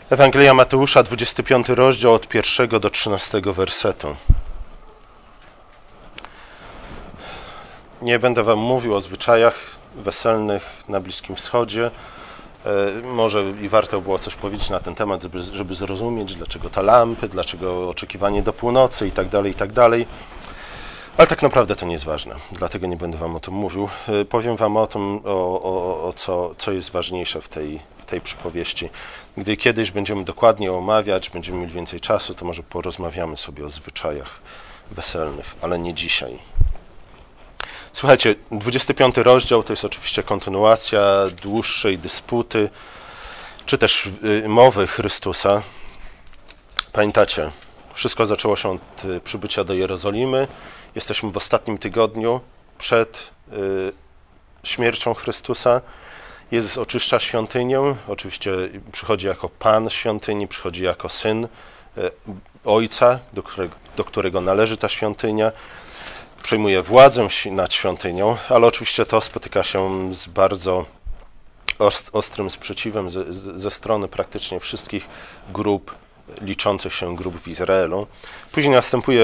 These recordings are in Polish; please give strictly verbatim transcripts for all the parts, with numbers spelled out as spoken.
Ewangelia Mateusza, dwudziesty piąty rozdział, od pierwszego do trzynastego wersetu. Nie będę wam mówił o zwyczajach weselnych na Bliskim Wschodzie. Może i warto było coś powiedzieć na ten temat, żeby, żeby zrozumieć, dlaczego te lampy, dlaczego oczekiwanie do północy i tak dalej, i tak dalej. Ale tak naprawdę to nie jest ważne, dlatego nie będę wam o tym mówił. Powiem wam o tym, o, o, o co, co jest ważniejsze w tej, w tej przypowieści. Gdy kiedyś będziemy dokładnie omawiać, będziemy mieli więcej czasu, to może porozmawiamy sobie o zwyczajach weselnych, ale nie dzisiaj. Słuchajcie, dwudziesty piąty rozdział to jest oczywiście kontynuacja dłuższej dysputy, czy też mowy Chrystusa. Pamiętacie, wszystko zaczęło się od przybycia do Jerozolimy. Jesteśmy w ostatnim tygodniu przed śmiercią Chrystusa. Jezus oczyszcza świątynię, oczywiście przychodzi jako Pan świątyni, przychodzi jako Syn Ojca, do którego, do którego należy ta świątynia. Przejmuje władzę nad świątynią, ale oczywiście to spotyka się z bardzo ostrym sprzeciwem ze, ze strony praktycznie wszystkich grup, liczących się grup w Izraelu. Później następuje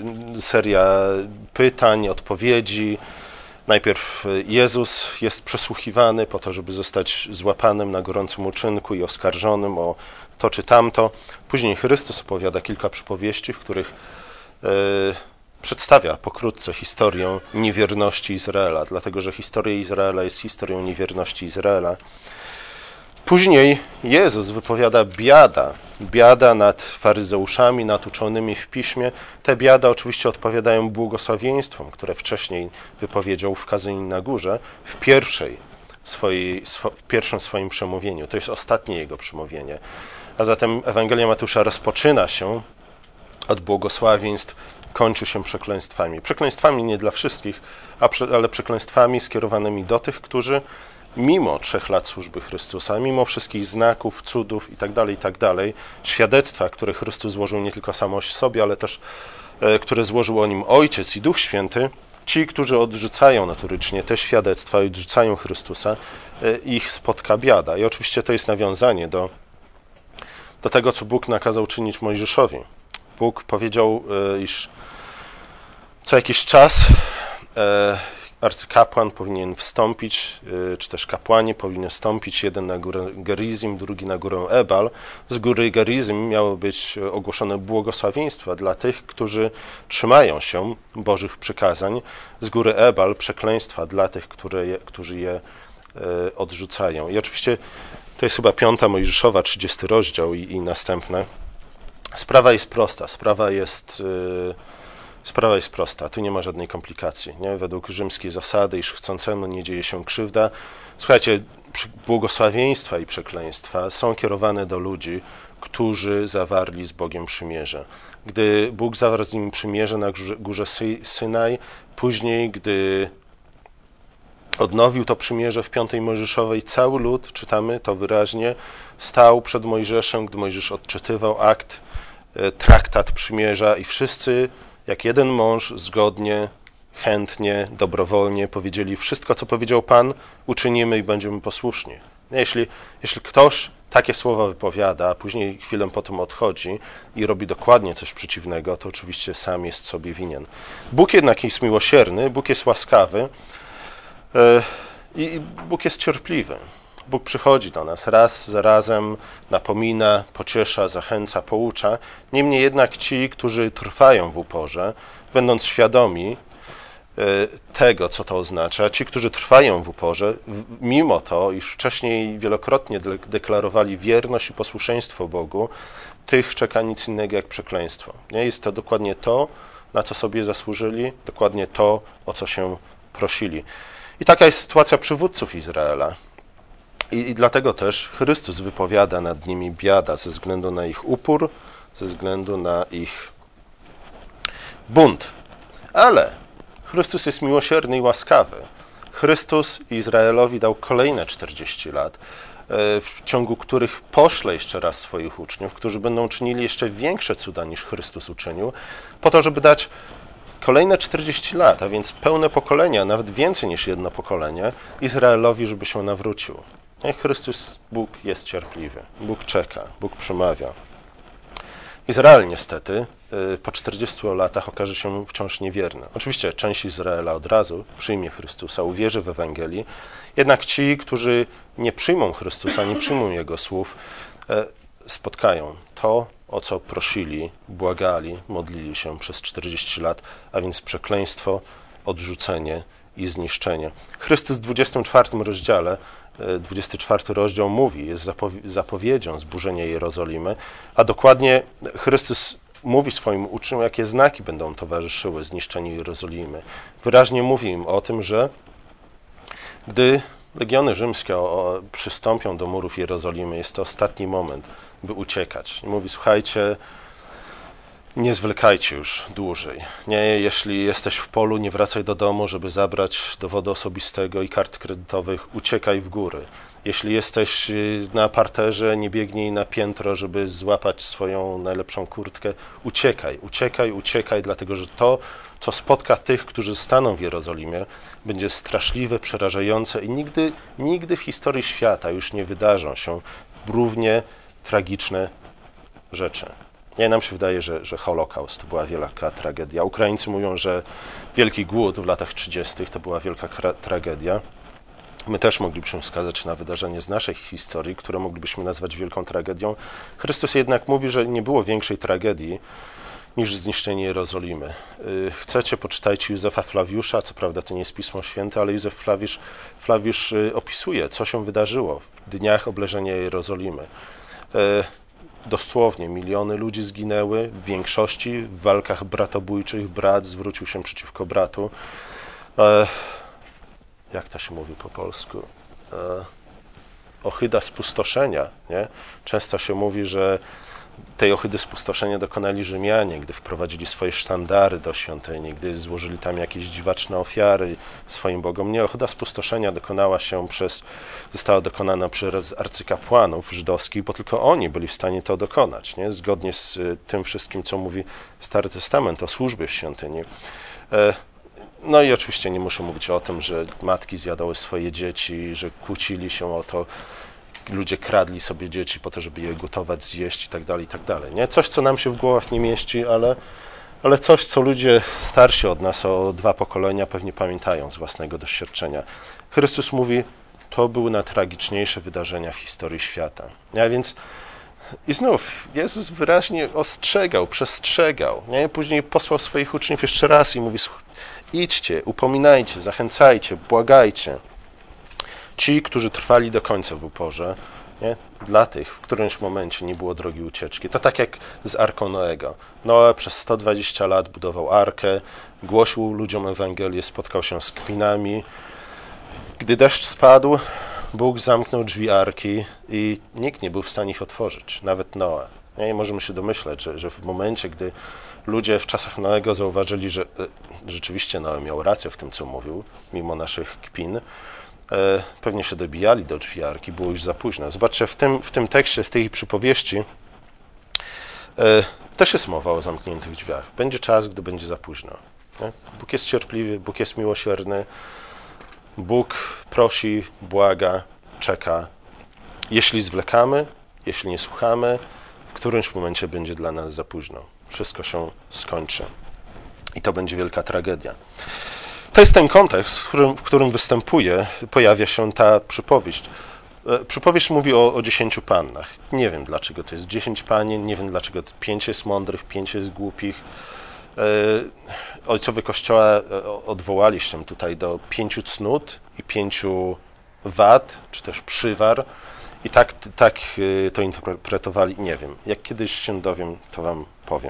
seria pytań, odpowiedzi. Najpierw Jezus jest przesłuchiwany po to, żeby zostać złapanym na gorącym uczynku i oskarżonym o to czy tamto. Później Chrystus opowiada kilka przypowieści, w których yy, przedstawia pokrótce historię niewierności Izraela, dlatego że historia Izraela jest historią niewierności Izraela. Później Jezus wypowiada biada, biada nad faryzeuszami, nad uczonymi w piśmie. Te biada oczywiście odpowiadają błogosławieństwom, które wcześniej wypowiedział w Kazaniu na Górze, w, pierwszej swojej, w pierwszym swoim przemówieniu. To jest ostatnie jego przemówienie. A zatem Ewangelia Mateusza rozpoczyna się od błogosławieństw, kończy się przekleństwami. Przekleństwami nie dla wszystkich, ale przekleństwami skierowanymi do tych, którzy mimo trzech lat służby Chrystusa, mimo wszystkich znaków, cudów itd., itd., świadectwa, które Chrystus złożył nie tylko sam o sobie, ale też e, które złożył o nim Ojciec i Duch Święty, ci, którzy odrzucają notorycznie te świadectwa i odrzucają Chrystusa, e, ich spotka biada. I oczywiście to jest nawiązanie do, do tego, co Bóg nakazał czynić Mojżeszowi. Bóg powiedział, e, iż co jakiś czas e, arcykapłan powinien wstąpić, czy też kapłani powinien wstąpić, jeden na górę Gerizim, drugi na górę Ebal. Z góry Gerizim miało być ogłoszone błogosławieństwa dla tych, którzy trzymają się Bożych przykazań. Z góry Ebal przekleństwa dla tych, które je, którzy je odrzucają. I oczywiście to jest chyba piąta Mojżeszowa, trzydziesty rozdział i, i następne. Sprawa jest prosta, sprawa jest... Sprawa jest prosta, tu nie ma żadnej komplikacji. Nie? Według rzymskiej zasady, iż chcącemu nie dzieje się krzywda. Słuchajcie, błogosławieństwa i przekleństwa są kierowane do ludzi, którzy zawarli z Bogiem przymierze. Gdy Bóg zawarł z nimi przymierze na górze, górze Synaj, później, gdy odnowił to przymierze w piątej Mojżeszowej, cały lud, czytamy to wyraźnie, stał przed Mojżeszem, gdy Mojżesz odczytywał akt, traktat przymierza i wszyscy jak jeden mąż zgodnie, chętnie, dobrowolnie powiedzieli wszystko, co powiedział Pan, uczynimy i będziemy posłuszni. Jeśli, jeśli ktoś takie słowa wypowiada, a później chwilę potem odchodzi i robi dokładnie coś przeciwnego, to oczywiście sam jest sobie winien. Bóg jednak jest miłosierny, Bóg jest łaskawy i Bóg jest cierpliwy. Bóg przychodzi do nas raz za razem, napomina, pociesza, zachęca, poucza. Niemniej jednak ci, którzy trwają w uporze, będąc świadomi tego, co to oznacza, ci, którzy trwają w uporze, mimo to, iż wcześniej wielokrotnie deklarowali wierność i posłuszeństwo Bogu, tych czeka nic innego jak przekleństwo. Nie? Jest to dokładnie to, na co sobie zasłużyli, dokładnie to, o co się prosili. I taka jest sytuacja przywódców Izraela. I, I dlatego też Chrystus wypowiada nad nimi biada ze względu na ich upór, ze względu na ich bunt. Ale Chrystus jest miłosierny i łaskawy. Chrystus Izraelowi dał kolejne czterdzieści lat, w ciągu których poszle jeszcze raz swoich uczniów, którzy będą czynili jeszcze większe cuda niż Chrystus uczynił, po to, żeby dać kolejne czterdzieści lat, a więc pełne pokolenia, nawet więcej niż jedno pokolenie, Izraelowi, żeby się nawrócił. Chrystus, Bóg jest cierpliwy, Bóg czeka, Bóg przemawia. Izrael niestety po czterdziestu latach okaże się wciąż niewierny. Oczywiście część Izraela od razu przyjmie Chrystusa, uwierzy w Ewangelii, jednak ci, którzy nie przyjmą Chrystusa, nie przyjmą Jego słów, spotkają to, o co prosili, błagali, modlili się przez czterdzieści lat, a więc przekleństwo, odrzucenie i zniszczenie. Chrystus w dwudziestym czwartym rozdziale, dwudziesty czwarty rozdział mówi, jest zapowiedzią zburzenia Jerozolimy, a dokładnie Chrystus mówi swoim uczniom, jakie znaki będą towarzyszyły zniszczeniu Jerozolimy. Wyraźnie mówi im o tym, że gdy legiony rzymskie przystąpią do murów Jerozolimy, jest to ostatni moment, by uciekać. I mówi, słuchajcie, nie zwlekajcie już dłużej. Nie, jeśli jesteś w polu, nie wracaj do domu, żeby zabrać dowodu osobistego i kart kredytowych, uciekaj w góry. Jeśli jesteś na parterze, nie biegnij na piętro, żeby złapać swoją najlepszą kurtkę. Uciekaj, uciekaj, uciekaj, dlatego że to, co spotka tych, którzy staną w Jerozolimie, będzie straszliwe, przerażające i nigdy, nigdy w historii świata już nie wydarzą się równie tragiczne rzeczy. Nie, nam się wydaje, że, że Holokaust to była wielka tragedia. Ukraińcy mówią, że Wielki Głód w latach trzydziestych to była wielka tragedia. My też moglibyśmy wskazać na wydarzenie z naszej historii, które moglibyśmy nazwać wielką tragedią. Chrystus jednak mówi, że nie było większej tragedii niż zniszczenie Jerozolimy. Chcecie, poczytajcie Józefa Flawiusza, co prawda to nie jest Pismo Święte, ale Józef Flawiusz, Flawiusz opisuje, co się wydarzyło w dniach obleżenia Jerozolimy. Dosłownie miliony ludzi zginęły, w większości w walkach bratobójczych. Brat zwrócił się przeciwko bratu. E, jak to się mówi po polsku? E, ohyda spustoszenia. Nie? Często się mówi, że tej ohydy spustoszenia dokonali Rzymianie, gdy wprowadzili swoje sztandary do świątyni, gdy złożyli tam jakieś dziwaczne ofiary swoim bogom. Nie, ohyda spustoszenia dokonała się przez, została dokonana przez arcykapłanów żydowskich, bo tylko oni byli w stanie to dokonać, nie? Zgodnie z tym wszystkim, co mówi Stary Testament o służbie w świątyni. No i oczywiście nie muszę mówić o tym, że matki zjadały swoje dzieci, że kłócili się o to, ludzie kradli sobie dzieci po to, żeby je gotować, zjeść i tak dalej, i tak dalej. Nie? Coś, co nam się w głowach nie mieści, ale, ale coś, co ludzie starsi od nas o dwa pokolenia pewnie pamiętają z własnego doświadczenia. Chrystus mówi, to były najtragiczniejsze wydarzenia w historii świata. A więc i znów Jezus wyraźnie ostrzegał, przestrzegał. Nie? Później posłał swoich uczniów jeszcze raz i mówi, idźcie, upominajcie, zachęcajcie, błagajcie. Ci, którzy trwali do końca w uporze, nie? Dla tych w którymś momencie nie było drogi ucieczki. To tak jak z Arką Noego. Noe przez sto dwadzieścia lat budował arkę, głosił ludziom Ewangelię, spotkał się z kpinami. Gdy deszcz spadł, Bóg zamknął drzwi arki i nikt nie był w stanie ich otworzyć, nawet Noe. Nie? I możemy się domyśleć, że, że w momencie, gdy ludzie w czasach Noego zauważyli, że e, rzeczywiście Noe miał rację w tym, co mówił, mimo naszych kpin, pewnie się dobijali do drzwi arki, było już za późno. Zobaczcie, w tym, w tym tekście, w tej przypowieści e, też jest mowa o zamkniętych drzwiach. Będzie czas, gdy będzie za późno. Nie? Bóg jest cierpliwy, Bóg jest miłosierny, Bóg prosi, błaga, czeka. Jeśli zwlekamy, jeśli nie słuchamy, w którymś momencie będzie dla nas za późno. Wszystko się skończy. I to będzie wielka tragedia. To jest ten kontekst, w którym, w którym występuje, pojawia się ta przypowieść. Przypowieść mówi o, o dziesięciu pannach. Nie wiem, dlaczego to jest dziesięć panien, nie wiem, dlaczego pięć jest mądrych, pięć jest głupich. Ojcowie Kościoła odwołali się tutaj do pięciu cnót i pięciu wad, czy też przywar. I tak, tak to interpretowali, nie wiem. Jak kiedyś się dowiem, to wam powiem.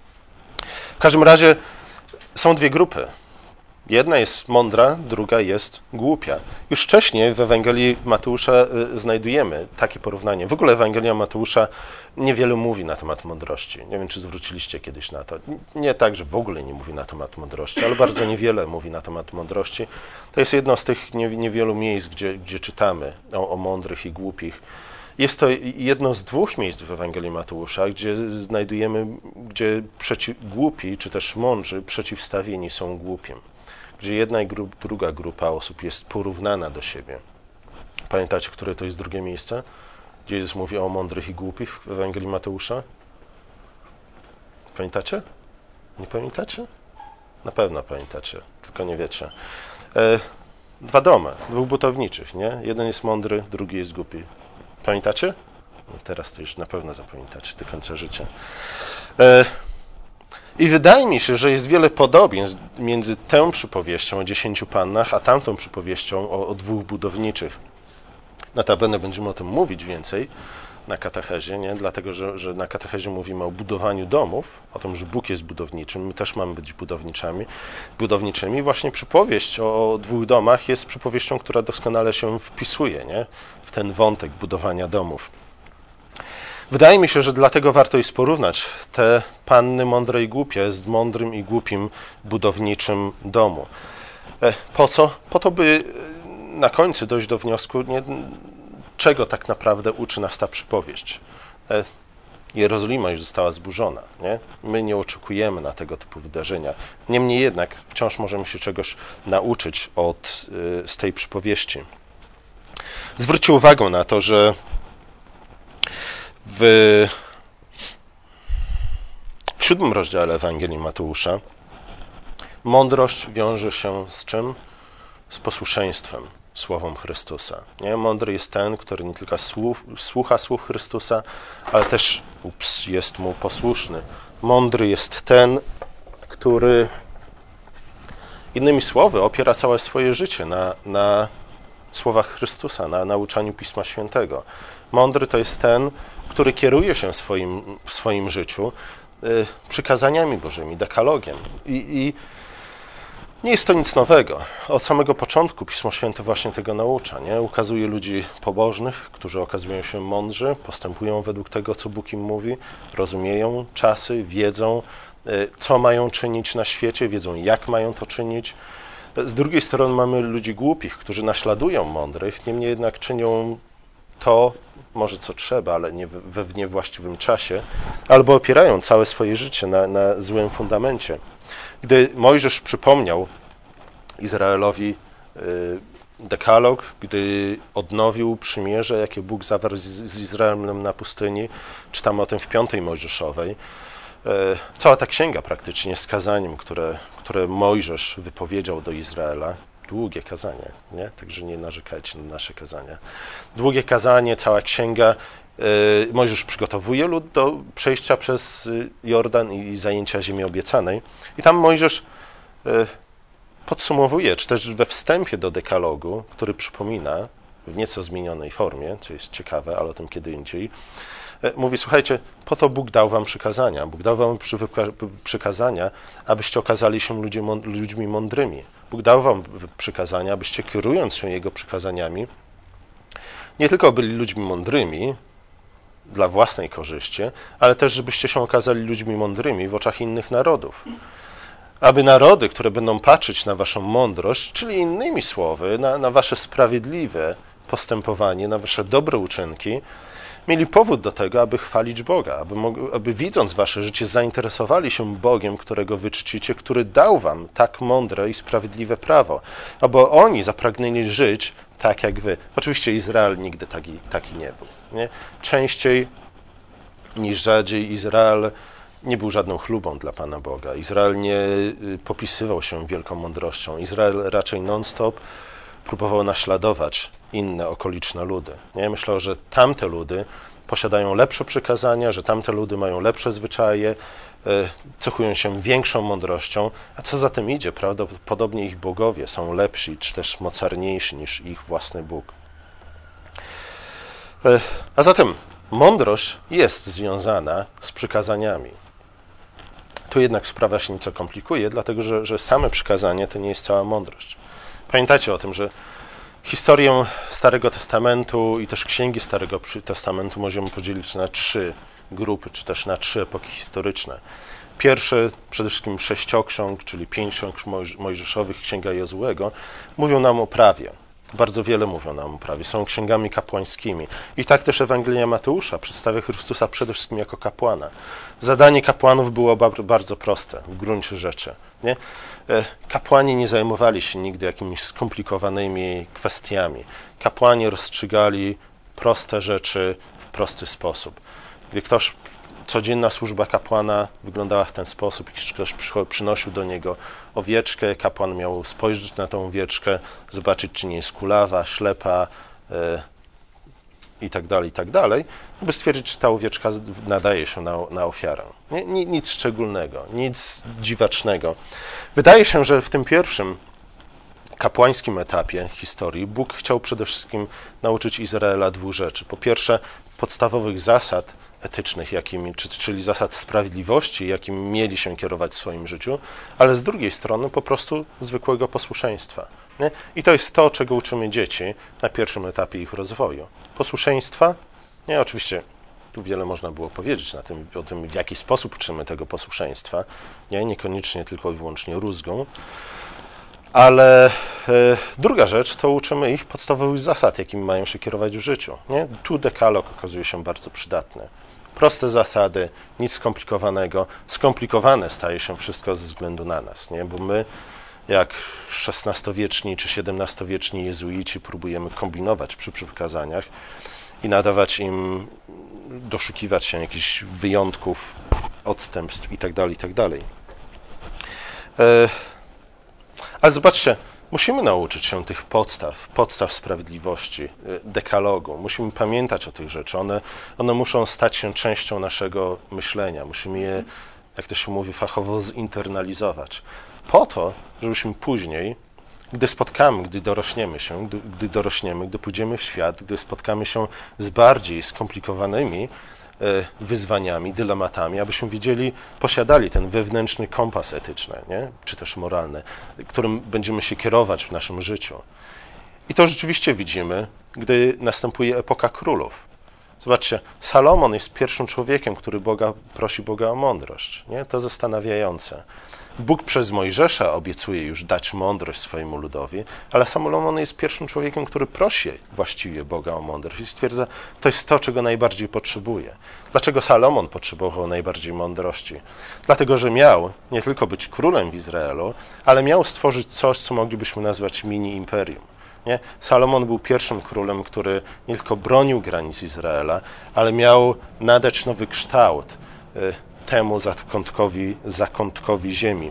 W każdym razie są dwie grupy. Jedna jest mądra, druga jest głupia. Już wcześniej w Ewangelii Mateusza znajdujemy takie porównanie. W ogóle Ewangelia Mateusza niewiele mówi na temat mądrości. Nie wiem, czy zwróciliście kiedyś na to. Nie tak, że w ogóle nie mówi na temat mądrości, ale bardzo niewiele mówi na temat mądrości. To jest jedno z tych niewielu miejsc, gdzie, gdzie czytamy o, o mądrych i głupich. Jest to jedno z dwóch miejsc w Ewangelii Mateusza, gdzie znajdujemy, gdzie przeciw, głupi, czy też mądrzy przeciwstawieni są głupim. Gdzie jedna i gru, druga grupa osób jest porównana do siebie. Pamiętacie, które to jest drugie miejsce? Gdzie Jezus mówi o mądrych i głupich w Ewangelii Mateusza? Pamiętacie? Nie pamiętacie? Na pewno pamiętacie, tylko nie wiecie. E, dwa domy, dwóch budowniczych, nie? Jeden jest mądry, drugi jest głupi. Pamiętacie? No teraz to już na pewno zapamiętacie do końca życia. E, I wydaje mi się, że jest wiele podobieństw między tą przypowieścią o dziesięciu pannach, a tamtą przypowieścią o, o dwóch budowniczych. Notabene będziemy o tym mówić więcej na katechezie, nie? Dlatego, że, że na katechezie mówimy o budowaniu domów, o tym, że Bóg jest budowniczym, my też mamy być budowniczami, budowniczymi. Właśnie przypowieść o, o dwóch domach jest przypowieścią, która doskonale się wpisuje, nie? W ten wątek budowania domów. Wydaje mi się, że dlatego warto jest porównać te panny mądre i głupie z mądrym i głupim budowniczym domu. Po co? Po to, by na końcu dojść do wniosku, nie, czego tak naprawdę uczy nas ta przypowieść. Jerozolima już została zburzona. Nie? My nie oczekujemy na tego typu wydarzenia. Niemniej jednak wciąż możemy się czegoś nauczyć od, z tej przypowieści. Zwróćcie uwagę na to, że w, w siódmym rozdziale Ewangelii Mateusza mądrość wiąże się z czym? Z posłuszeństwem słowom Chrystusa. Nie? Mądry jest ten, który nie tylko słuch, słucha słów Chrystusa, ale też ups, jest mu posłuszny. Mądry jest ten, który innymi słowy opiera całe swoje życie na, na słowach Chrystusa, na nauczaniu Pisma Świętego. Mądry to jest ten, który kieruje się swoim, w swoim życiu y, przykazaniami Bożymi, dekalogiem. I, i nie jest to nic nowego. Od samego początku Pismo Święte właśnie tego naucza. Nie? Ukazuje ludzi pobożnych, którzy okazują się mądrzy, postępują według tego, co Bóg im mówi, rozumieją czasy, wiedzą, co mają czynić na świecie, wiedzą, jak mają to czynić. Z drugiej strony mamy ludzi głupich, którzy naśladują mądrych, niemniej jednak czynią to, może co trzeba, ale nie we w niewłaściwym czasie, albo opierają całe swoje życie na, na złym fundamencie. Gdy Mojżesz przypomniał Izraelowi dekalog, gdy odnowił przymierze, jakie Bóg zawarł z, z Izraelem na pustyni, czytamy o tym w piątej Mojżeszowej, cała ta księga praktycznie jest kazaniem, które, które Mojżesz wypowiedział do Izraela. Długie kazanie, nie? Także nie narzekajcie na nasze kazania. Długie kazanie, cała księga. Mojżesz przygotowuje lud do przejścia przez Jordan i zajęcia ziemi obiecanej. I tam Mojżesz podsumowuje, czy też we wstępie do dekalogu, który przypomina w nieco zmienionej formie, co jest ciekawe, ale o tym kiedy indziej, mówi, słuchajcie, po to Bóg dał wam przykazania. Bóg dał wam przykazania, abyście okazali się ludźmi mądrymi. Bóg dał wam przykazania, abyście kierując się Jego przykazaniami, nie tylko byli ludźmi mądrymi dla własnej korzyści, ale też, żebyście się okazali ludźmi mądrymi w oczach innych narodów. Aby narody, które będą patrzeć na waszą mądrość, czyli innymi słowy, na, na wasze sprawiedliwe postępowanie, na wasze dobre uczynki, mieli powód do tego, aby chwalić Boga, aby, aby widząc wasze życie zainteresowali się Bogiem, którego wy czcicie, który dał wam tak mądre i sprawiedliwe prawo, aby oni zapragnęli żyć tak jak wy. Oczywiście Izrael nigdy taki, taki nie był. Nie? Częściej niż rzadziej Izrael nie był żadną chlubą dla Pana Boga. Izrael nie popisywał się wielką mądrością. Izrael raczej non-stop próbował naśladować inne okoliczne ludy. Nie? Myślał, że tamte ludy posiadają lepsze przykazania, że tamte ludy mają lepsze zwyczaje, cechują się większą mądrością, a co za tym idzie, prawdopodobnie ich bogowie są lepsi, czy też mocarniejsi niż ich własny Bóg. A zatem mądrość jest związana z przykazaniami. Tu jednak sprawa się nieco komplikuje, dlatego że, że same przykazanie to nie jest cała mądrość. Pamiętajcie o tym, że historię Starego Testamentu i też księgi Starego Testamentu możemy podzielić na trzy grupy, czy też na trzy epoki historyczne. Pierwsze, przede wszystkim sześcioksiąg, czyli pięć ksiąg mojżeszowych, księga Jozuego, mówią nam o prawie. bardzo wiele mówią nam o prawie, są księgami kapłańskimi. I tak też Ewangelia Mateusza przedstawia Chrystusa przede wszystkim jako kapłana. Zadanie kapłanów było bardzo proste w gruncie rzeczy. Nie? Kapłani nie zajmowali się nigdy jakimiś skomplikowanymi kwestiami. Kapłani rozstrzygali proste rzeczy w prosty sposób. Gdy ktoś, codzienna służba kapłana wyglądała w ten sposób, jeśli ktoś przynosił do niego owieczkę, kapłan miał spojrzeć na tą owieczkę, zobaczyć, czy nie jest kulawa, ślepa yy, i tak dalej, i tak dalej, aby stwierdzić, czy ta owieczka nadaje się na, na ofiarę. Nie, nic szczególnego, nic dziwacznego. Wydaje się, że w tym pierwszym kapłańskim etapie historii Bóg chciał przede wszystkim nauczyć Izraela dwóch rzeczy. Po pierwsze, podstawowych zasad etycznych, jakimi, czyli zasad sprawiedliwości, jakimi mieli się kierować w swoim życiu, ale z drugiej strony po prostu zwykłego posłuszeństwa. Nie? I to jest to, czego uczymy dzieci na pierwszym etapie ich rozwoju. Posłuszeństwa, nie, oczywiście tu wiele można było powiedzieć na tym, o tym, w jaki sposób uczymy tego posłuszeństwa, nie, niekoniecznie tylko i wyłącznie rózgą, ale e, druga rzecz, to uczymy ich podstawowych zasad, jakimi mają się kierować w życiu. Nie? Tu dekalog okazuje się bardzo przydatny. Proste zasady, nic skomplikowanego. Skomplikowane staje się wszystko ze względu na nas, nie? Bo my, jak szesnastowieczni czy siedemnastowieczni jezuici, próbujemy kombinować przy przykazaniach i nadawać im, doszukiwać się jakichś wyjątków, odstępstw itd., itd. E, ale zobaczcie, musimy nauczyć się tych podstaw, podstaw sprawiedliwości, dekalogu. Musimy pamiętać o tych rzeczach. One, one muszą stać się częścią naszego myślenia. Musimy je, jak to się mówi fachowo, zinternalizować. Po to, żebyśmy później, gdy spotkamy, gdy dorośniemy się, gdy, gdy dorośniemy, gdy pójdziemy w świat, gdy spotkamy się z bardziej skomplikowanymi wyzwaniami, dylematami, abyśmy wiedzieli, posiadali ten wewnętrzny kompas etyczny, nie? Czy też moralny, którym będziemy się kierować w naszym życiu. I to rzeczywiście widzimy, gdy następuje epoka królów. Zobaczcie, Salomon jest pierwszym człowiekiem, który Boga, prosi Boga o mądrość. Nie? To zastanawiające. Bóg przez Mojżesza obiecuje już dać mądrość swojemu ludowi, ale Salomon jest pierwszym człowiekiem, który prosi właściwie Boga o mądrość i stwierdza, to jest to, czego najbardziej potrzebuje. Dlaczego Salomon potrzebował najbardziej mądrości? Dlatego, że miał nie tylko być królem w Izraelu, ale miał stworzyć coś, co moglibyśmy nazwać mini-imperium. Nie? Salomon był pierwszym królem, który nie tylko bronił granic Izraela, ale miał nadać nowy kształt temu zakątkowi, zakątkowi ziemi.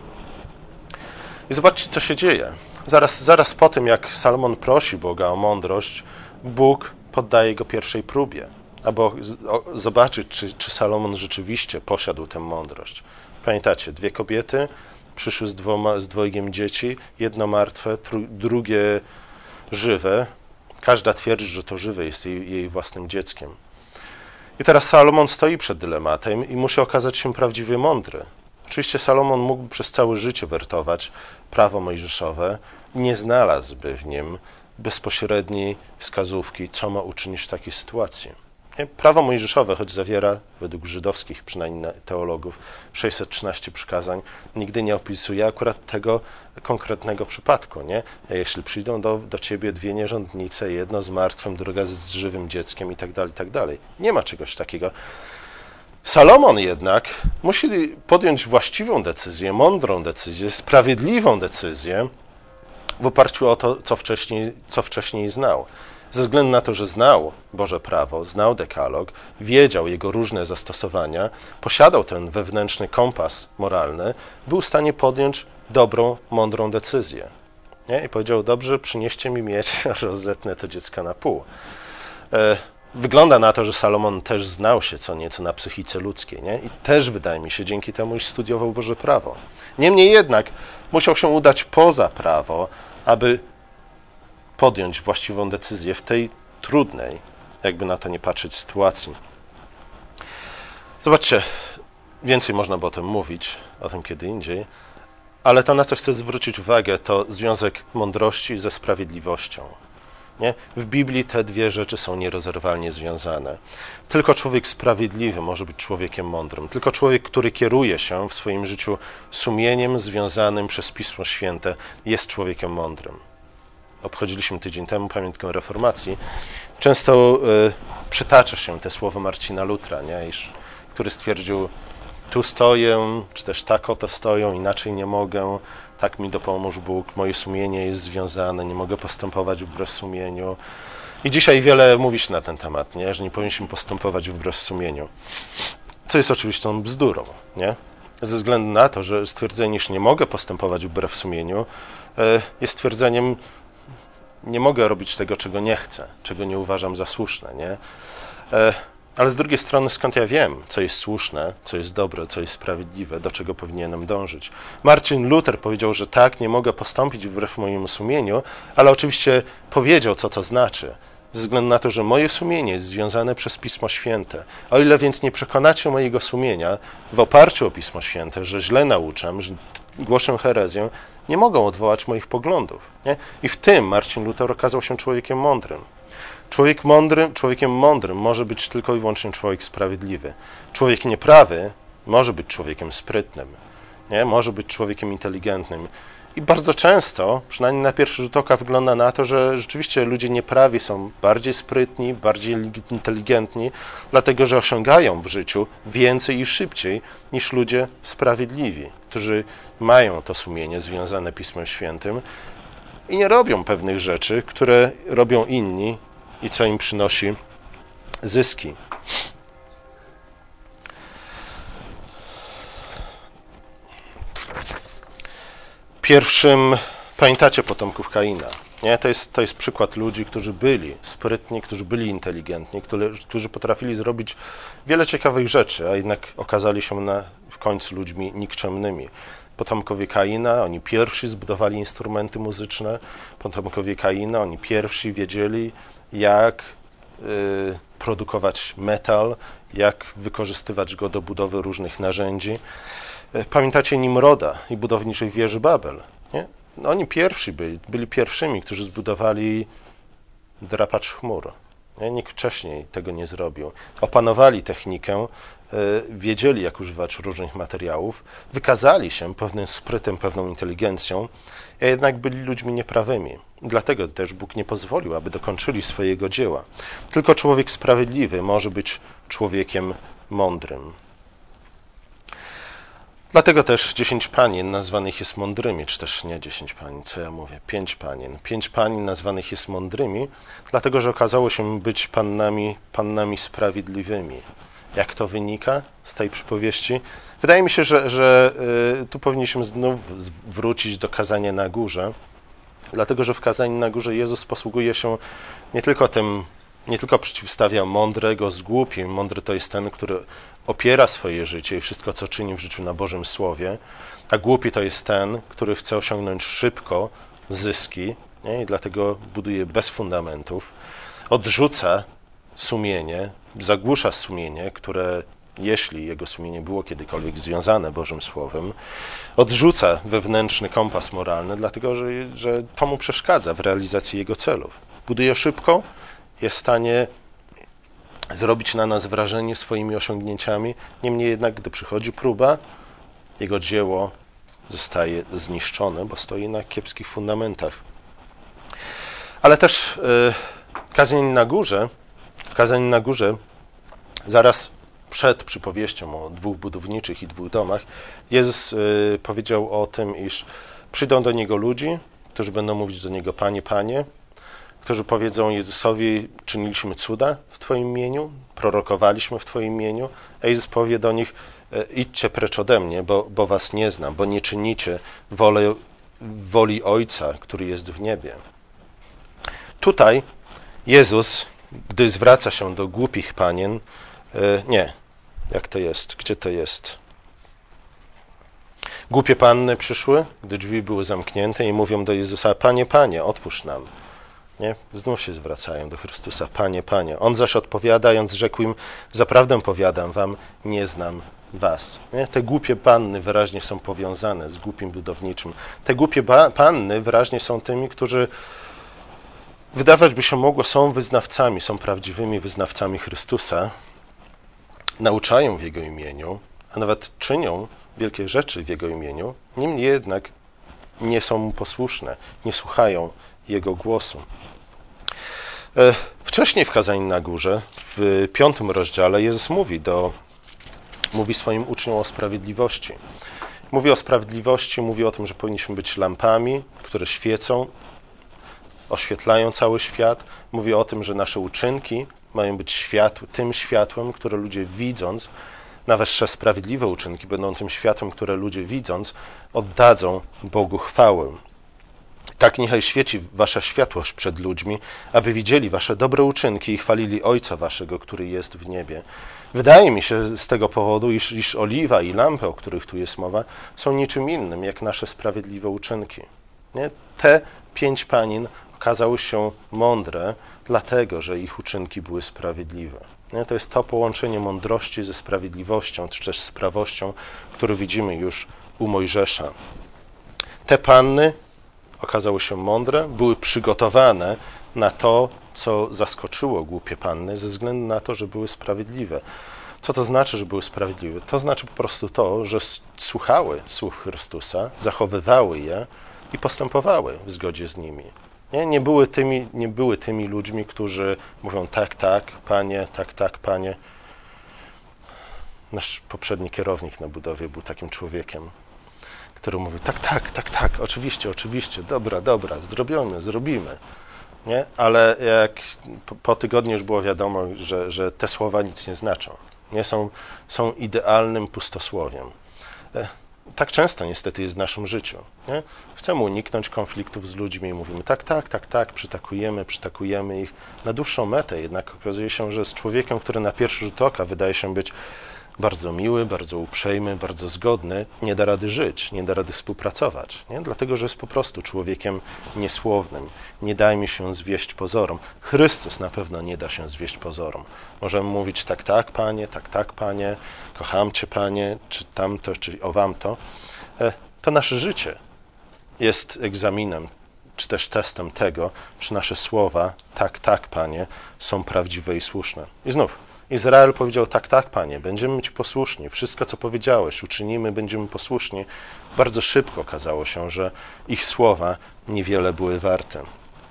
I zobaczcie, co się dzieje. Zaraz, zaraz po tym, jak Salomon prosi Boga o mądrość, Bóg poddaje go pierwszej próbie, aby zobaczyć, czy, czy Salomon rzeczywiście posiadł tę mądrość. Pamiętacie, dwie kobiety przyszły z, dwoma, z dwojgiem dzieci, jedno martwe, tru, drugie żywe. Każda twierdzi, że to żywe jest jej, jej własnym dzieckiem. I teraz Salomon stoi przed dylematem i musi okazać się prawdziwie mądry. Oczywiście Salomon mógłby przez całe życie wertować prawo mojżeszowe i nie znalazłby w nim bezpośredniej wskazówki, co ma uczynić w takiej sytuacji. Prawo mojżeszowe, choć zawiera, według żydowskich przynajmniej teologów, sześćset trzynaście przykazań, nigdy nie opisuje akurat tego konkretnego przypadku. Nie? Jeśli przyjdą do, do ciebie dwie nierządnice, jedno z martwym, druga z żywym dzieckiem i tak dalej, i tak dalej. Nie ma czegoś takiego. Salomon jednak musi podjąć właściwą decyzję, mądrą decyzję, sprawiedliwą decyzję w oparciu o to, co wcześniej, co wcześniej znał. Ze względu na to, że znał Boże prawo, znał dekalog, wiedział jego różne zastosowania, posiadał ten wewnętrzny kompas moralny, był w stanie podjąć dobrą, mądrą decyzję. Nie? I powiedział, dobrze, przynieście mi miecz, a rozzetnę to dziecko na pół. Wygląda na to, że Salomon też znał się co nieco na psychice ludzkiej. Nie? I też, wydaje mi się, dzięki temu, iż studiował Boże prawo. Niemniej jednak musiał się udać poza prawo, aby podjąć właściwą decyzję w tej trudnej, jakby na to nie patrzeć, sytuacji. Zobaczcie, więcej można by o tym mówić, o tym kiedy indziej, ale to, na co chcę zwrócić uwagę, to związek mądrości ze sprawiedliwością. Nie? W Biblii te dwie rzeczy są nierozerwalnie związane. Tylko człowiek sprawiedliwy może być człowiekiem mądrym. Tylko człowiek, który kieruje się w swoim życiu sumieniem związanym przez Pismo Święte, jest człowiekiem mądrym. obchodziliśmy tydzień temu pamiątkę reformacji, często y, przytacza się te słowa Marcina Lutra, nie? Iż, który stwierdził, tu stoję, czy też tak oto stoję, inaczej nie mogę, tak mi dopomóż Bóg, moje sumienie jest związane, nie mogę postępować wbrew sumieniu. I dzisiaj wiele mówi się na ten temat, nie? Że nie powinniśmy postępować wbrew sumieniu. Co jest oczywistą bzdurą, nie? Ze względu na to, że stwierdzenie, że nie mogę postępować wbrew sumieniu, jest stwierdzeniem, nie mogę robić tego, czego nie chcę, czego nie uważam za słuszne, nie? Ale z drugiej strony, skąd ja wiem, co jest słuszne, co jest dobre, co jest sprawiedliwe, do czego powinienem dążyć? Marcin Luther powiedział, że tak, nie mogę postąpić wbrew mojemu sumieniu, ale oczywiście powiedział, co to znaczy. Ze względu na to, że moje sumienie jest związane przez Pismo Święte. O ile więc nie przekonacie mojego sumienia w oparciu o Pismo Święte, że źle nauczam, że głoszę herezję, nie mogą odwołać moich poglądów. Nie? I w tym Marcin Luther okazał się człowiekiem mądrym. Człowiek mądry, człowiekiem mądrym może być tylko i wyłącznie człowiek sprawiedliwy. Człowiek nieprawy może być człowiekiem sprytnym, nie? Może być człowiekiem inteligentnym. I bardzo często, przynajmniej na pierwszy rzut oka, wygląda na to, że rzeczywiście ludzie nieprawi są bardziej sprytni, bardziej inteligentni, dlatego że osiągają w życiu więcej i szybciej niż ludzie sprawiedliwi, którzy mają to sumienie związane Pismem Świętym i nie robią pewnych rzeczy, które robią inni i co im przynosi zyski. Pierwszym, pamiętacie potomków Kaina, nie? To jest, to jest przykład ludzi, którzy byli sprytni, którzy byli inteligentni, którzy, którzy potrafili zrobić wiele ciekawych rzeczy, a jednak okazali się na, w końcu ludźmi nikczemnymi. Potomkowie Kaina, oni pierwsi zbudowali instrumenty muzyczne, potomkowie Kaina, oni pierwsi wiedzieli, jak y, produkować metal, jak wykorzystywać go do budowy różnych narzędzi. Pamiętacie Nimroda i budowniczych wieży Babel, nie? No, oni pierwsi byli, byli pierwszymi, którzy zbudowali drapacz chmur. Nie? Nikt wcześniej tego nie zrobił. Opanowali technikę, wiedzieli, jak używać różnych materiałów, wykazali się pewnym sprytem, pewną inteligencją, a jednak byli ludźmi nieprawymi. Dlatego też Bóg nie pozwolił, aby dokończyli swojego dzieła. Tylko człowiek sprawiedliwy może być człowiekiem mądrym. Dlatego też dziesięć panien nazwanych jest mądrymi, czy też nie dziesięć panien, co ja mówię, pięć panien. Pięć panien nazwanych jest mądrymi, dlatego że okazało się być pannami, pannami sprawiedliwymi. Jak to wynika z tej przypowieści? Wydaje mi się, że, że y, tu powinniśmy znów wrócić do kazania na górze, dlatego że w kazaniu na górze Jezus posługuje się nie tylko tym, nie tylko przeciwstawia mądrego z głupim. Mądry to jest ten, który opiera swoje życie i wszystko, co czyni w życiu na Bożym Słowie, a głupi to jest ten, który chce osiągnąć szybko zyski, nie? I dlatego buduje bez fundamentów, odrzuca sumienie, zagłusza sumienie, które, jeśli jego sumienie było kiedykolwiek związane Bożym Słowem, odrzuca wewnętrzny kompas moralny, dlatego że, że to mu przeszkadza w realizacji jego celów. Buduje szybko, jest w stanie zrobić na nas wrażenie swoimi osiągnięciami, niemniej jednak, gdy przychodzi próba, jego dzieło zostaje zniszczone, bo stoi na kiepskich fundamentach. Ale też yy, kazanie na górze, w kazaniu na górze, zaraz przed przypowieścią o dwóch budowniczych i dwóch domach, Jezus yy, powiedział o tym, iż przyjdą do Niego ludzi, którzy będą mówić do Niego: Panie, Panie, którzy powiedzą Jezusowi: czyniliśmy cuda w Twoim imieniu, prorokowaliśmy w Twoim imieniu, a Jezus powie do nich: idźcie precz ode mnie, bo, bo was nie znam, bo nie czynicie wolę, woli Ojca, który jest w niebie. Tutaj Jezus, gdy zwraca się do głupich panien, nie, jak to jest, gdzie to jest? Głupie panny przyszły, gdy drzwi były zamknięte i mówią do Jezusa: Panie, Panie, otwórz nam. Nie? Znów się zwracają do Chrystusa: Panie, Panie. On zaś odpowiadając rzekł im: zaprawdę powiadam wam, nie znam was. Nie? Te głupie panny wyraźnie są powiązane z głupim budowniczym. Te głupie panny wyraźnie są tymi, którzy, wydawać by się mogło, są wyznawcami, są prawdziwymi wyznawcami Chrystusa, nauczają w Jego imieniu, a nawet czynią wielkie rzeczy w Jego imieniu, niemniej jednak nie są Mu posłuszne, nie słuchają Jego głosu. Wcześniej w Kazaniu na Górze, w piątym rozdziale, Jezus mówi, do, mówi swoim uczniom o sprawiedliwości. Mówi o sprawiedliwości, mówi o tym, że powinniśmy być lampami, które świecą, oświetlają cały świat. Mówi o tym, że nasze uczynki mają być światł, tym światłem, które ludzie widząc, nawet sprawiedliwe uczynki będą tym światłem, które ludzie widząc, oddadzą Bogu chwałę. Tak niechaj świeci wasza światłość przed ludźmi, aby widzieli wasze dobre uczynki i chwalili Ojca waszego, który jest w niebie. Wydaje mi się z tego powodu, iż, iż oliwa i lampy, o których tu jest mowa, są niczym innym, jak nasze sprawiedliwe uczynki. Nie? Te pięć panin okazały się mądre, dlatego, że ich uczynki były sprawiedliwe. Nie? To jest to połączenie mądrości ze sprawiedliwością, czy też z prawością, które widzimy już u Mojżesza. Te panny okazały się mądre, były przygotowane na to, co zaskoczyło głupie panny, ze względu na to, że były sprawiedliwe. Co to znaczy, że były sprawiedliwe? To znaczy po prostu to, że słuchały słów Chrystusa, zachowywały je i postępowały w zgodzie z nimi. Nie, nie, były tymi, nie były tymi ludźmi, którzy mówią tak, tak, panie, tak, tak, panie. Nasz poprzedni kierownik na budowie był takim człowiekiem, który mówi tak, tak, tak, tak, oczywiście, oczywiście, dobra, dobra, zrobimy, zrobimy. Nie? Ale jak po, po tygodniu już było wiadomo, że, że te słowa nic nie znaczą. Nie? Są, są idealnym pustosłowiem. Tak często niestety jest w naszym życiu. Nie? Chcemy uniknąć konfliktów z ludźmi i mówimy tak, tak, tak, tak, przytakujemy, przytakujemy ich na dłuższą metę. Jednak okazuje się, że z człowiekiem, który na pierwszy rzut oka wydaje się być bardzo miły, bardzo uprzejmy, bardzo zgodny, nie da rady żyć, nie da rady współpracować. Nie? Dlatego, że jest po prostu człowiekiem niesłownym. Nie dajmy się zwieść pozorom. Chrystus na pewno nie da się zwieść pozorom. Możemy mówić tak, tak, panie, tak, tak, panie, kocham cię, panie, czy tamto, czy o wam to. To nasze życie jest egzaminem, czy też testem tego, czy nasze słowa, tak, tak, panie, są prawdziwe i słuszne. I znów, Izrael powiedział, tak, tak, panie, będziemy być posłuszni, wszystko, co powiedziałeś, uczynimy, będziemy posłuszni. Bardzo szybko okazało się, że ich słowa niewiele były warte.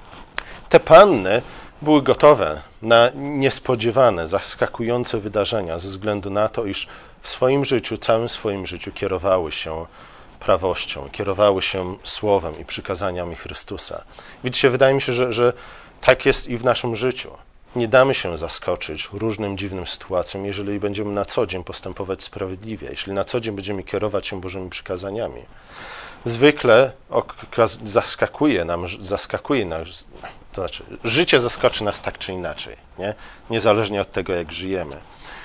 Te panny były gotowe na niespodziewane, zaskakujące wydarzenia ze względu na to, iż w swoim życiu, całym swoim życiu kierowały się prawością, kierowały się słowem i przykazaniami Chrystusa. Widzicie, wydaje mi się, że, że tak jest i w naszym życiu. Nie damy się zaskoczyć różnym dziwnym sytuacjom, jeżeli będziemy na co dzień postępować sprawiedliwie, jeśli na co dzień będziemy kierować się Bożymi przykazaniami. Zwykle zaskakuje nam, zaskakuje nas, to znaczy życie zaskoczy nas tak czy inaczej, nie? Niezależnie od tego, jak żyjemy.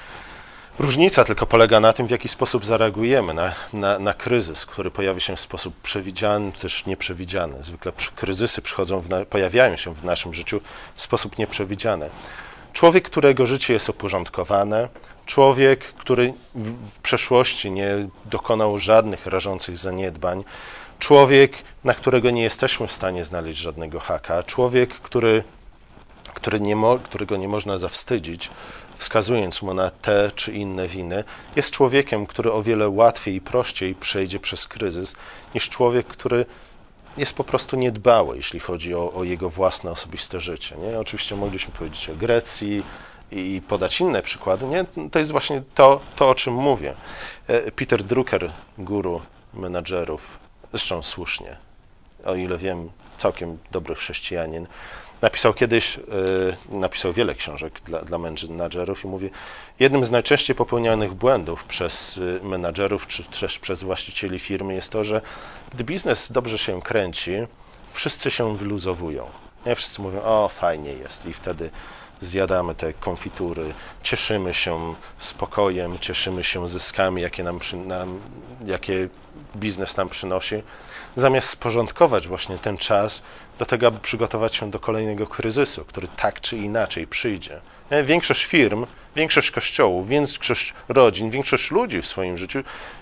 Różnica tylko polega na tym, w jaki sposób zareagujemy na, na, na kryzys, który pojawi się w sposób przewidziany, czy też nieprzewidziany. Zwykle kryzysy przychodzą w na, pojawiają się w naszym życiu w sposób nieprzewidziany. Człowiek, którego życie jest uporządkowane, człowiek, który w przeszłości nie dokonał żadnych rażących zaniedbań, człowiek, na którego nie jesteśmy w stanie znaleźć żadnego haka, człowiek, który, który nie mo, którego nie można zawstydzić, wskazując mu na te czy inne winy, jest człowiekiem, który o wiele łatwiej i prościej przejdzie przez kryzys, niż człowiek, który jest po prostu niedbały, jeśli chodzi o, o jego własne osobiste życie. Nie? Oczywiście mogliśmy powiedzieć o Grecji i podać inne przykłady. Nie? To jest właśnie to, to, o czym mówię. Peter Drucker, guru menadżerów, zresztą słusznie, o ile wiem, całkiem dobry chrześcijanin, napisał kiedyś, napisał wiele książek dla, dla menadżerów i mówi, jednym z najczęściej popełnianych błędów przez menadżerów czy też przez właścicieli firmy jest to, że gdy biznes dobrze się kręci, wszyscy się wyluzowują. Nie? Wszyscy mówią, o fajnie jest i wtedy zjadamy te konfitury, cieszymy się spokojem, cieszymy się zyskami, jakie, nam, nam, jakie biznes nam przynosi, zamiast sporządkować właśnie ten czas do tego, aby przygotować się do kolejnego kryzysu, który tak czy inaczej przyjdzie. Większość firm, większość kościołów, większość rodzin, większość ludzi w swoim życiu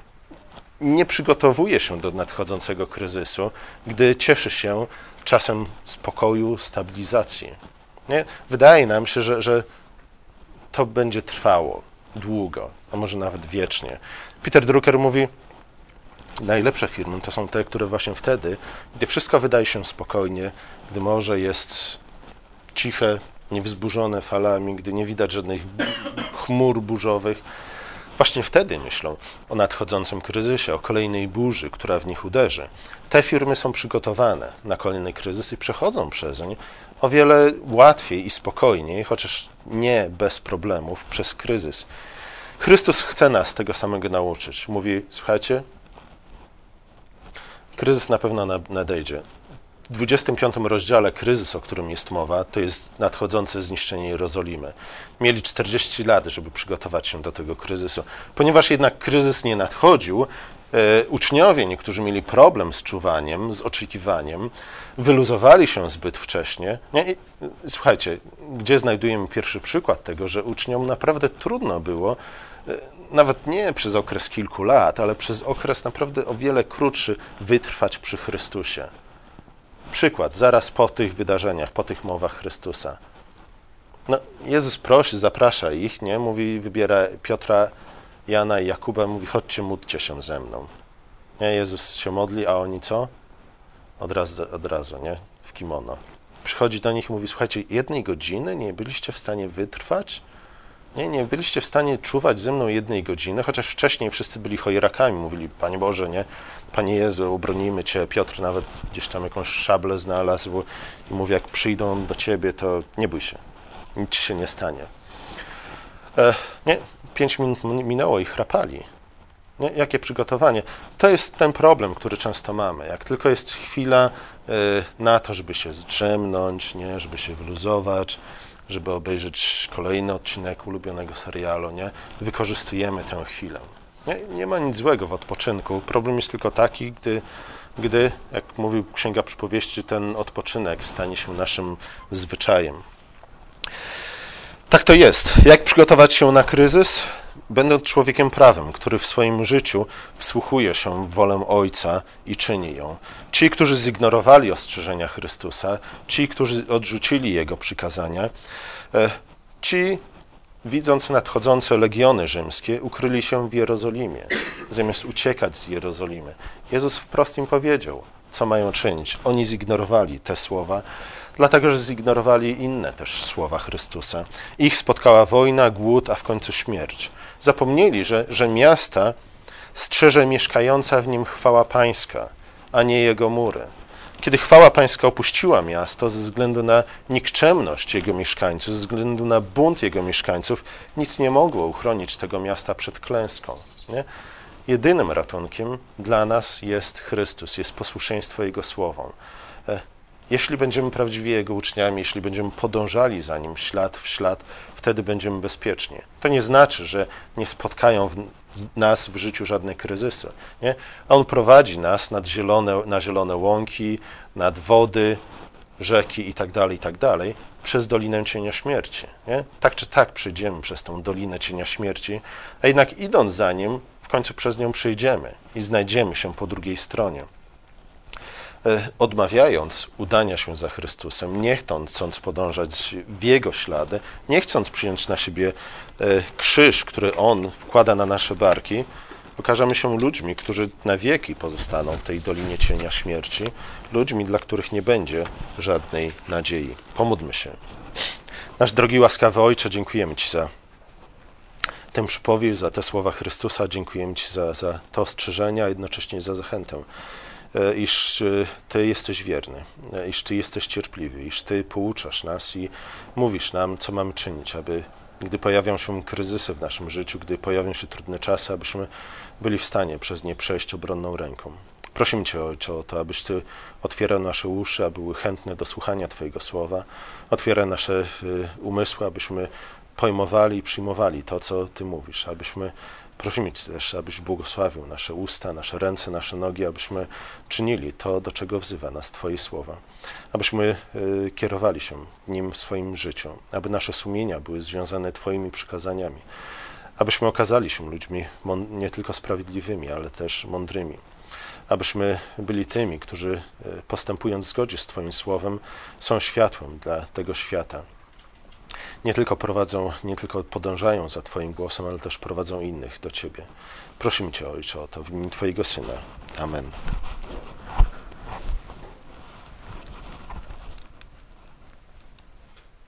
nie przygotowuje się do nadchodzącego kryzysu, gdy cieszy się czasem spokoju, stabilizacji. Nie? Wydaje nam się, że, że to będzie trwało długo, a może nawet wiecznie. Peter Drucker mówi, Najlepsze firmy to są te, które właśnie wtedy, gdy wszystko wydaje się spokojnie, gdy morze jest ciche, niewzburzone falami, gdy nie widać żadnych chmur burzowych, właśnie wtedy myślą o nadchodzącym kryzysie, o kolejnej burzy, która w nich uderzy. Te firmy są przygotowane na kolejny kryzys i przechodzą przez nie o wiele łatwiej i spokojniej, chociaż nie bez problemów, przez kryzys. Chrystus chce nas tego samego nauczyć. Mówi, słuchajcie, kryzys na pewno nadejdzie. W dwudziestym piątym rozdziale kryzys, o którym jest mowa, to jest nadchodzące zniszczenie Jerozolimy. Mieli czterdzieści lat, żeby przygotować się do tego kryzysu. Ponieważ jednak kryzys nie nadchodził, e, uczniowie, niektórzy mieli problem z czuwaniem, z oczekiwaniem, wyluzowali się zbyt wcześnie. Nie? I, słuchajcie, gdzie znajdujemy pierwszy przykład tego, że uczniom naprawdę trudno było, e, nawet nie przez okres kilku lat, ale przez okres naprawdę o wiele krótszy, wytrwać przy Chrystusie. Przykład, zaraz po tych wydarzeniach, po tych mowach Chrystusa. No, Jezus prosi, zaprasza ich, nie? Mówi, wybiera Piotra, Jana i Jakuba, mówi, chodźcie, módlcie się ze mną. Nie? Jezus się modli, a oni co? Od razu, od razu, nie? W kimono. Przychodzi do nich i mówi, słuchajcie, jednej godziny nie byliście w stanie wytrwać? Nie, nie byliście w stanie czuwać ze mną jednej godziny, chociaż wcześniej wszyscy byli chojrakami, mówili, Panie Boże, nie? Panie Jezu, obronimy Cię. Piotr nawet gdzieś tam jakąś szablę znalazł i mówi, jak przyjdą do Ciebie, to nie bój się, nic Ci się nie stanie. E, nie, pięć minut minęło i chrapali. Nie? Jakie przygotowanie? To jest ten problem, który często mamy. Jak tylko jest chwila e, na to, żeby się zdrzemnąć, nie? Żeby się wyluzować, żeby obejrzeć kolejny odcinek ulubionego serialu, nie? Wykorzystujemy tę chwilę. Nie, nie ma nic złego w odpoczynku. Problem jest tylko taki, gdy, gdy, jak mówił Księga Przypowieści, ten odpoczynek stanie się naszym zwyczajem. Tak to jest. Jak przygotować się na kryzys? Będąc człowiekiem prawym, który w swoim życiu wsłuchuje się w wolę Ojca i czyni ją. Ci, którzy zignorowali ostrzeżenia Chrystusa, ci, którzy odrzucili Jego przykazania, ci, widząc nadchodzące legiony rzymskie, ukryli się w Jerozolimie, zamiast uciekać z Jerozolimy. Jezus wprost im powiedział, co mają czynić. Oni zignorowali te słowa, dlatego że zignorowali inne też słowa Chrystusa. Ich spotkała wojna, głód, a w końcu śmierć. Zapomnieli, że, że miasta strzeże mieszkająca w nim chwała Pańska, a nie jego mury. Kiedy chwała Pańska opuściła miasto ze względu na nikczemność jego mieszkańców, ze względu na bunt jego mieszkańców, nic nie mogło uchronić tego miasta przed klęską. Nie? Jedynym ratunkiem dla nas jest Chrystus, jest posłuszeństwo Jego słowom. Jeśli będziemy prawdziwie Jego uczniami, jeśli będziemy podążali za Nim ślad w ślad, wtedy będziemy bezpieczni. To nie znaczy, że nie spotkają w nas w życiu żadne kryzysy. Nie? A On prowadzi nas nad zielone, na zielone łąki, nad wody, rzeki itd., itd., przez Dolinę Cienia Śmierci. Nie? Tak czy tak przejdziemy przez tą Dolinę Cienia Śmierci, a jednak idąc za Nim, w końcu przez nią przejdziemy i znajdziemy się po drugiej stronie. Odmawiając udania się za Chrystusem, nie chcąc podążać w Jego ślady, nie chcąc przyjąć na siebie krzyż, który On wkłada na nasze barki, okażemy się ludźmi, którzy na wieki pozostaną w tej Dolinie Cienia Śmierci, ludźmi, dla których nie będzie żadnej nadziei. Pomódlmy się. Nasz drogi, łaskawy Ojcze, dziękujemy Ci za tę przypowieść, za te słowa Chrystusa, dziękujemy Ci za, za te ostrzeżenia, a jednocześnie za zachętę, iż Ty jesteś wierny, iż Ty jesteś cierpliwy, iż Ty pouczasz nas i mówisz nam, co mamy czynić, aby gdy pojawią się kryzysy w naszym życiu, gdy pojawią się trudne czasy, abyśmy byli w stanie przez nie przejść obronną ręką. Prosimy Cię, Ojcze, o to, abyś Ty otwierał nasze uszy, aby były chętne do słuchania Twojego słowa, otwieraj nasze umysły, abyśmy pojmowali i przyjmowali to, co Ty mówisz, abyśmy, prosimy Cię też, abyś błogosławił nasze usta, nasze ręce, nasze nogi, abyśmy czynili to, do czego wzywa nas Twoje słowa, abyśmy kierowali się nim w swoim życiu, aby nasze sumienia były związane Twoimi przykazaniami, abyśmy okazali się ludźmi nie tylko sprawiedliwymi, ale też mądrymi, abyśmy byli tymi, którzy postępując w zgodzie z Twoim słowem, są światłem dla tego świata. nie tylko prowadzą, nie tylko podążają za Twoim głosem, ale też prowadzą innych do Ciebie. Prosimy Cię, Ojcze, o to w imieniu Twojego Syna. Amen.